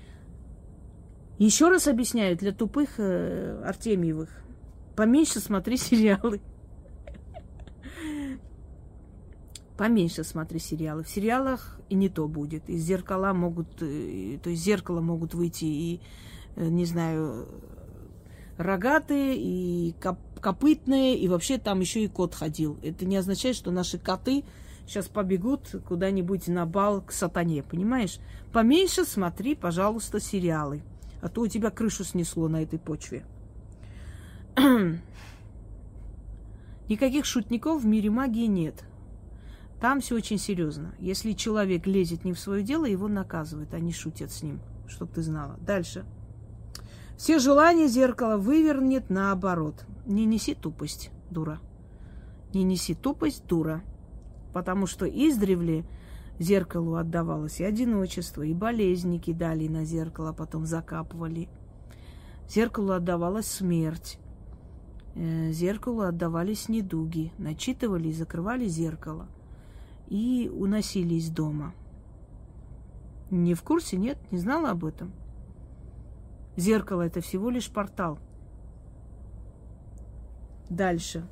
Еще раз объясняю для тупых Артемьевых. Поменьше смотри сериалы. Поменьше смотри сериалы. В сериалах и не то будет. Из зеркала могут, то есть зеркала могут выйти и, не знаю, рогатые, и копытные, и вообще там еще и кот ходил. Это не означает, что наши коты сейчас побегут куда-нибудь на бал к сатане, понимаешь? Поменьше смотри, пожалуйста, сериалы. А то у тебя крышу снесло на этой почве. Никаких шутников в мире магии нет. Там все очень серьезно. Если человек лезет не в свое дело, его наказывают, они шутят с ним, чтоб ты знала. Дальше. Все желания зеркало вывернет наоборот. Не неси тупость, дура. Не неси тупость, дура. Потому что издревле зеркалу отдавалось и одиночество, и болезни кидали на зеркало, потом закапывали. Зеркалу отдавалась смерть. Зеркалу отдавались недуги. Начитывали и закрывали зеркало. И уносили из дома. Не в курсе, нет? Не знала об этом? Зеркало – это всего лишь портал. Дальше.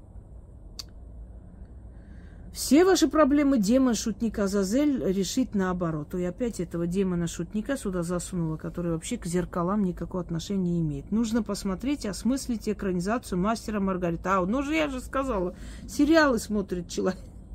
Все ваши проблемы демон-шутник Азазель решит наоборот. И опять этого демона-шутника сюда засунула, который вообще к зеркалам никакого отношения не имеет. Нужно посмотреть, осмыслить экранизацию «Мастера Маргарита». Ну же, я же сказала, сериалы смотрит человек.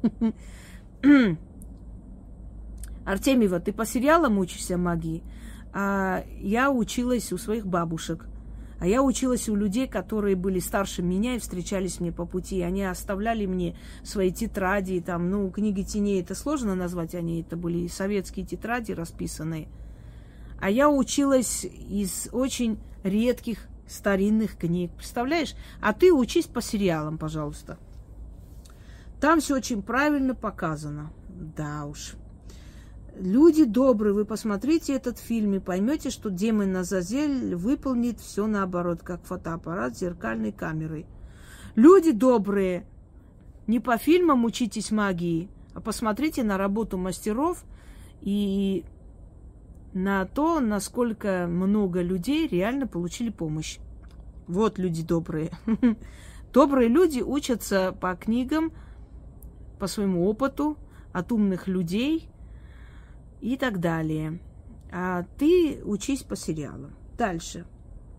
Артемьева, ты по сериалам учишься магии? А я училась у своих бабушек. А я училась у людей, которые были старше меня и встречались мне по пути. Они оставляли мне свои тетради, там, ну, книги теней, это сложно назвать, они это были советские тетради расписанные. А я училась из очень редких старинных книг, представляешь? А ты учись по сериалам, пожалуйста. Там все очень правильно показано. Да уж. Люди добрые, вы посмотрите этот фильм и поймете, что демон Азазель выполнит все наоборот, как фотоаппарат с зеркальной камерой. Люди добрые, не по фильмам учитесь магии, а посмотрите на работу мастеров и на то, насколько много людей реально получили помощь. Вот люди добрые. Добрые люди учатся по книгам, по своему опыту, от умных людей и так далее. А ты учись по сериалам. Дальше.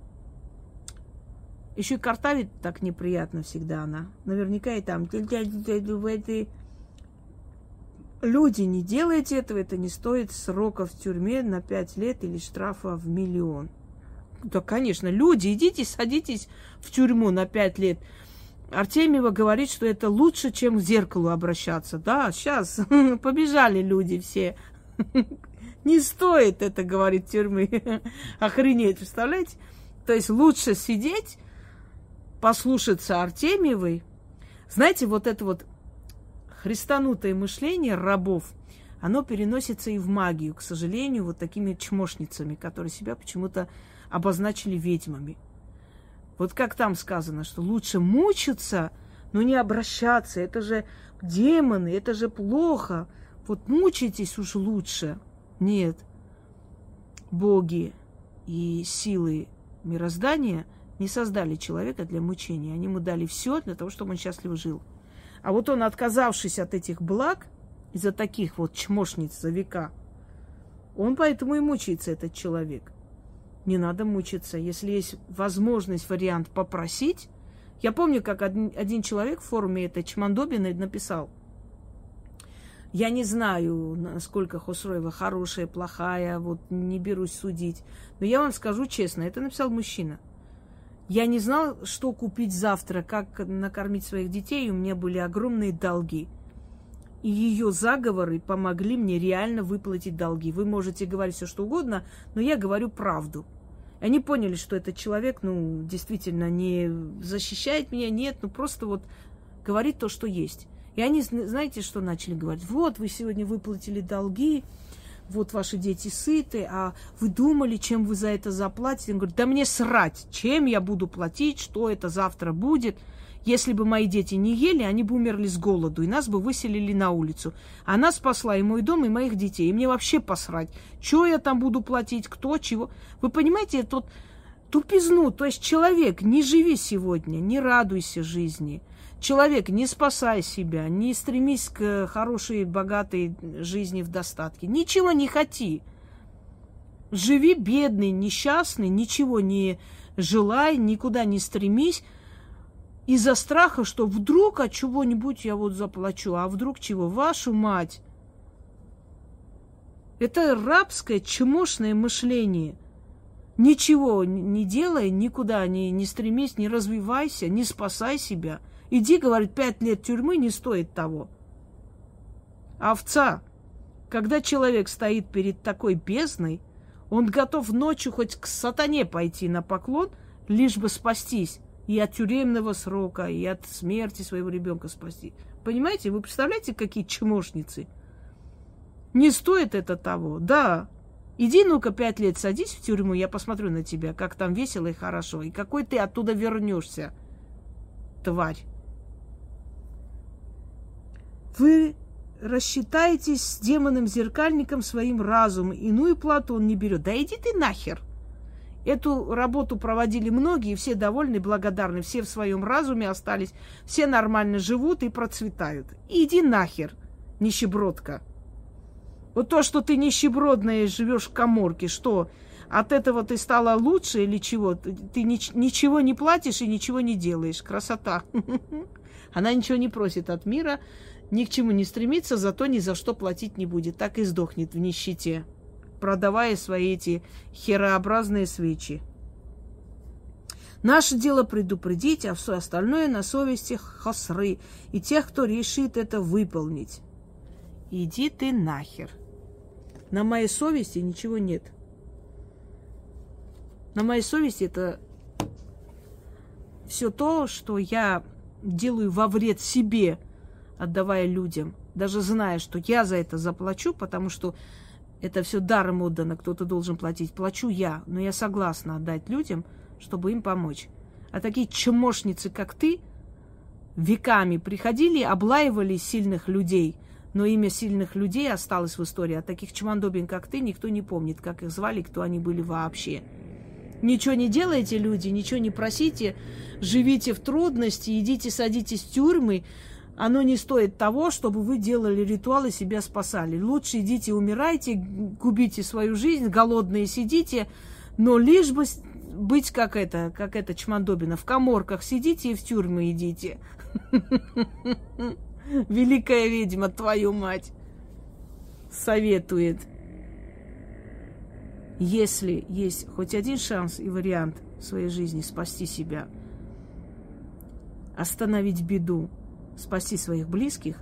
Еще и картавит так неприятно всегда она. Наверняка и там. Люди, не делайте этого, это не стоит срока в тюрьме на 5 лет или штрафа в 1 миллион. Да, конечно, люди, идите, садитесь в тюрьму на 5 лет. Артемьева говорит, что это лучше, чем к зеркалу обращаться. Да, сейчас побежали люди все. Не стоит это, говорит, тюрьмы. Охренеть, представляете? То есть лучше сидеть, послушаться Артемьевой. Знаете, вот это вот христанутое мышление рабов, оно переносится и в магию, к сожалению, вот такими чмошницами, которые себя почему-то обозначили ведьмами. Вот как там сказано, что лучше мучиться, но не обращаться. Это же демоны, это же плохо. Вот мучайтесь уж лучше. Нет. Боги и силы мироздания не создали человека для мучения. Они ему дали все для того, чтобы он счастливо жил. А вот он, отказавшись от этих благ, из-за таких вот чмошниц за века, он поэтому и мучается, этот человек. Не надо мучиться. Если есть возможность, вариант попросить. Я помню, как один человек в форуме это Чмандобина написал. Я не знаю, насколько Хосроева хорошая, плохая, вот не берусь судить. Но я вам скажу честно, это написал мужчина. Я не знал, что купить завтра, как накормить своих детей, и у меня были огромные долги. И ее заговоры помогли мне реально выплатить долги. Вы можете говорить все, что угодно, но я говорю правду. Они поняли, что этот человек, ну, действительно не защищает меня, нет, ну, просто вот говорит то, что есть. И они, знаете, что начали говорить? Вот, вы сегодня выплатили долги, вот ваши дети сыты, а вы думали, чем вы за это заплатите? Он говорит, да мне срать, чем я буду платить, что это завтра будет. Если бы мои дети не ели, они бы умерли с голоду, и нас бы выселили на улицу. Она спасла и мой дом, и моих детей. И мне вообще посрать, что я там буду платить, кто, чего. Вы понимаете, тут тупизну. То есть человек, не живи сегодня, не радуйся жизни. Человек, не спасай себя, не стремись к хорошей, богатой жизни в достатке. Ничего не хоти. Живи бедный, несчастный, ничего не желай, никуда не стремись. Из-за страха, что вдруг от чего-нибудь я вот заплачу, а вдруг чего? Вашу мать! Это рабское, чмошное мышление. Ничего не делай, никуда не стремись, не развивайся, не спасай себя. Иди, говорит, 5 лет тюрьмы не стоит того. Овца. Когда человек стоит перед такой бездной, он готов ночью хоть к сатане пойти на поклон, лишь бы спастись. И от тюремного срока, и от смерти своего ребенка спасти. Понимаете? Вы представляете, какие чмошницы? Не стоит это того. Да. Иди, ну-ка, 5 лет садись в тюрьму, я посмотрю на тебя, как там весело и хорошо. И какой ты оттуда вернешься, тварь. Вы рассчитаетесь с демоном-зеркальником своим разумом. Иную плату он не берет. Да иди ты нахер. Эту работу проводили многие, все довольны, благодарны, все в своем разуме остались, все нормально живут и процветают. Иди нахер, нищебродка. Вот то, что ты нищебродная живешь в каморке, что, от этого ты стала лучше или чего? Ты ничего не платишь и ничего не делаешь. Красота. Она ничего не просит от мира, ни к чему не стремится, зато ни за что платить не будет. Так и сдохнет в нищете, продавая свои эти херообразные свечи. Наше дело предупредить, а все остальное на совести хасры и тех, кто решит это выполнить. Иди ты нахер. На моей совести ничего нет. На моей совести это все то, что я делаю во вред себе, отдавая людям, даже зная, что я за это заплачу, потому что это все даром отдано, кто-то должен платить. Плачу я, но я согласна отдать людям, чтобы им помочь. А такие чмошницы, как ты, веками приходили, облаивали сильных людей, но имя сильных людей осталось в истории. А таких чмандобин, как ты, никто не помнит, как их звали, кто они были вообще. Ничего не делайте, люди, ничего не просите, живите в трудности, идите, садитесь в тюрьмы. Оно не стоит того, чтобы вы делали ритуалы, себя спасали. Лучше идите, умирайте, губите свою жизнь, голодные сидите, но лишь бы быть как эта чмандобина. В каморках сидите и в тюрьмы идите. Великая ведьма, твою мать, советует. Если есть хоть один шанс и вариант в своей жизни спасти себя, остановить беду, спасти своих близких,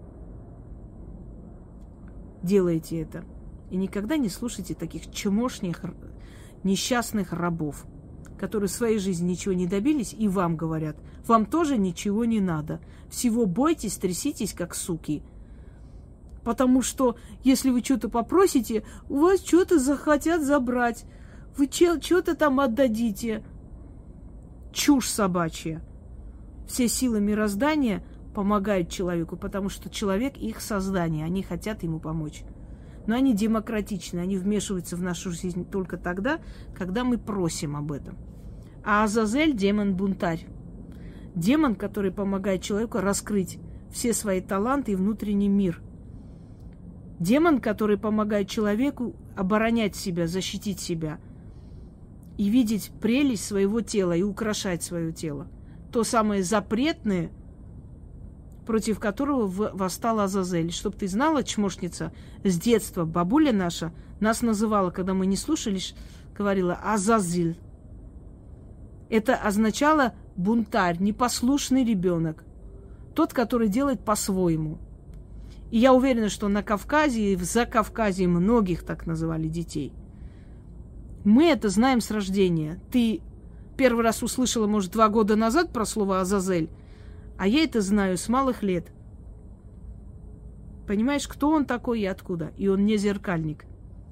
делайте это. И никогда не слушайте таких чмошних, несчастных рабов, которые в своей жизни ничего не добились, и вам говорят, вам тоже ничего не надо. Всего бойтесь, тряситесь, как суки. Потому что, если вы что-то попросите, у вас что-то захотят забрать. Вы что-то там отдадите. Чушь собачья. Все силы мироздания помогают человеку, потому что человек их создание, они хотят ему помочь. Но они демократичны, они вмешиваются в нашу жизнь только тогда, когда мы просим об этом. А Азазель – демон-бунтарь. Демон, который помогает человеку раскрыть все свои таланты и внутренний мир. Демон, который помогает человеку оборонять себя, защитить себя и видеть прелесть своего тела и украшать свое тело. То самое запретное, против которого восстал Азазель. Чтоб ты знала, чмошница, с детства бабуля наша нас называла, когда мы не слушались, говорила Азазиль. Это означало бунтарь, непослушный ребенок. Тот, который делает по-своему. И я уверена, что на Кавказе и в Закавказье многих так называли детей. Мы это знаем с рождения. Ты первый раз услышала, может, 2 года назад про слово Азазель, а я это знаю с малых лет. Понимаешь, кто он такой и откуда? И он не зеркальник.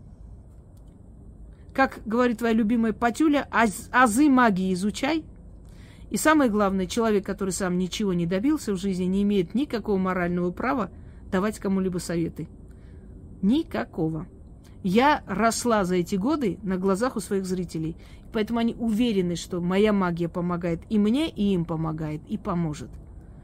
Как говорит твоя любимая Патюля, азы магии изучай. И самое главное, человек, который сам ничего не добился в жизни, не имеет никакого морального права давать кому-либо советы. Никакого. Я росла за эти годы на глазах у своих зрителей. Поэтому они уверены, что моя магия помогает и мне, и им помогает, и поможет.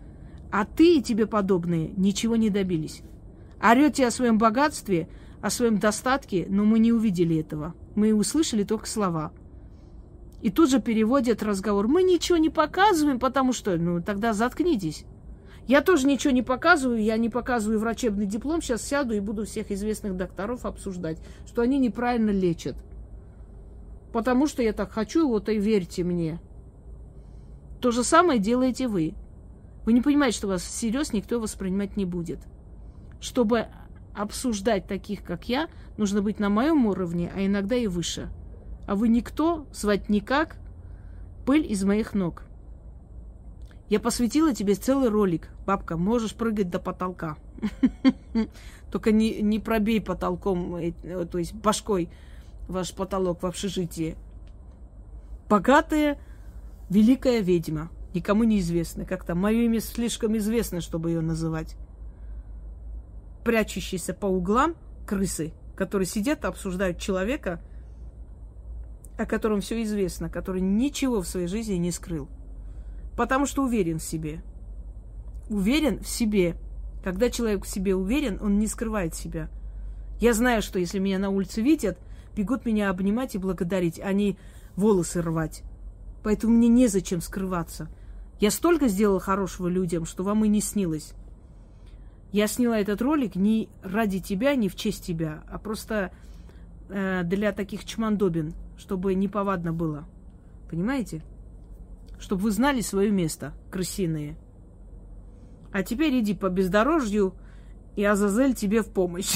А ты и тебе подобные ничего не добились. Орете о своем богатстве, о своем достатке, но мы не увидели этого. Мы услышали только слова. И тут же переводят разговор. Мы ничего не показываем, потому что... Ну, тогда заткнитесь. Я тоже ничего не показываю. Я не показываю врачебный диплом. Сейчас сяду и буду всех известных докторов обсуждать, что они неправильно лечат. Потому что я так хочу, вот и верьте мне. То же самое делаете вы. Вы не понимаете, что вас всерьез никто воспринимать не будет. Чтобы обсуждать таких, как я, нужно быть на моем уровне, а иногда и выше. А вы никто, звать никак, пыль из моих ног. Я посвятила тебе целый ролик. Бабка, можешь прыгать до потолка. Только не пробей потолком, то есть башкой ваш потолок в общежитии. Богатая, великая ведьма. Никому не известно. Как-то мое имя слишком известно, чтобы ее называть. Прячущиеся по углам крысы, которые сидят и обсуждают человека, о котором все известно, который ничего в своей жизни не скрыл. Потому что уверен в себе. Уверен в себе. Когда человек в себе уверен, он не скрывает себя. Я знаю, что если меня на улице видят, бегут меня обнимать и благодарить, а не волосы рвать. Поэтому мне незачем скрываться. Я столько сделала хорошего людям, что вам и не снилось. Я сняла этот ролик не ради тебя, не в честь тебя, а просто для таких чмандобин, чтобы неповадно было. Понимаете? Чтобы вы знали свое место, крысиные. А теперь иди по бездорожью, и Азазель тебе в помощь.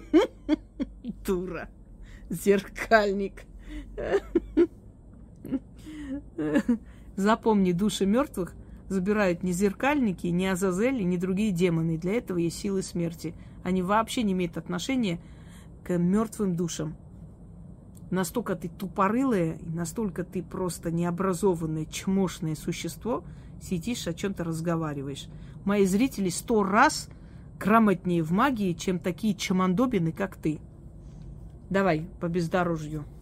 Дура. Зеркальник. Запомни, души мертвых забирают не зеркальники, не Азазели, ни другие демоны. Для этого есть силы смерти. Они вообще не имеют отношения к мертвым душам. Настолько ты тупорылое, настолько ты просто необразованное, чмошное существо, сидишь, о чем-то разговариваешь. Мои зрители 100 раз грамотнее в магии, чем такие чмандобины, как ты. Давай по бездорожью.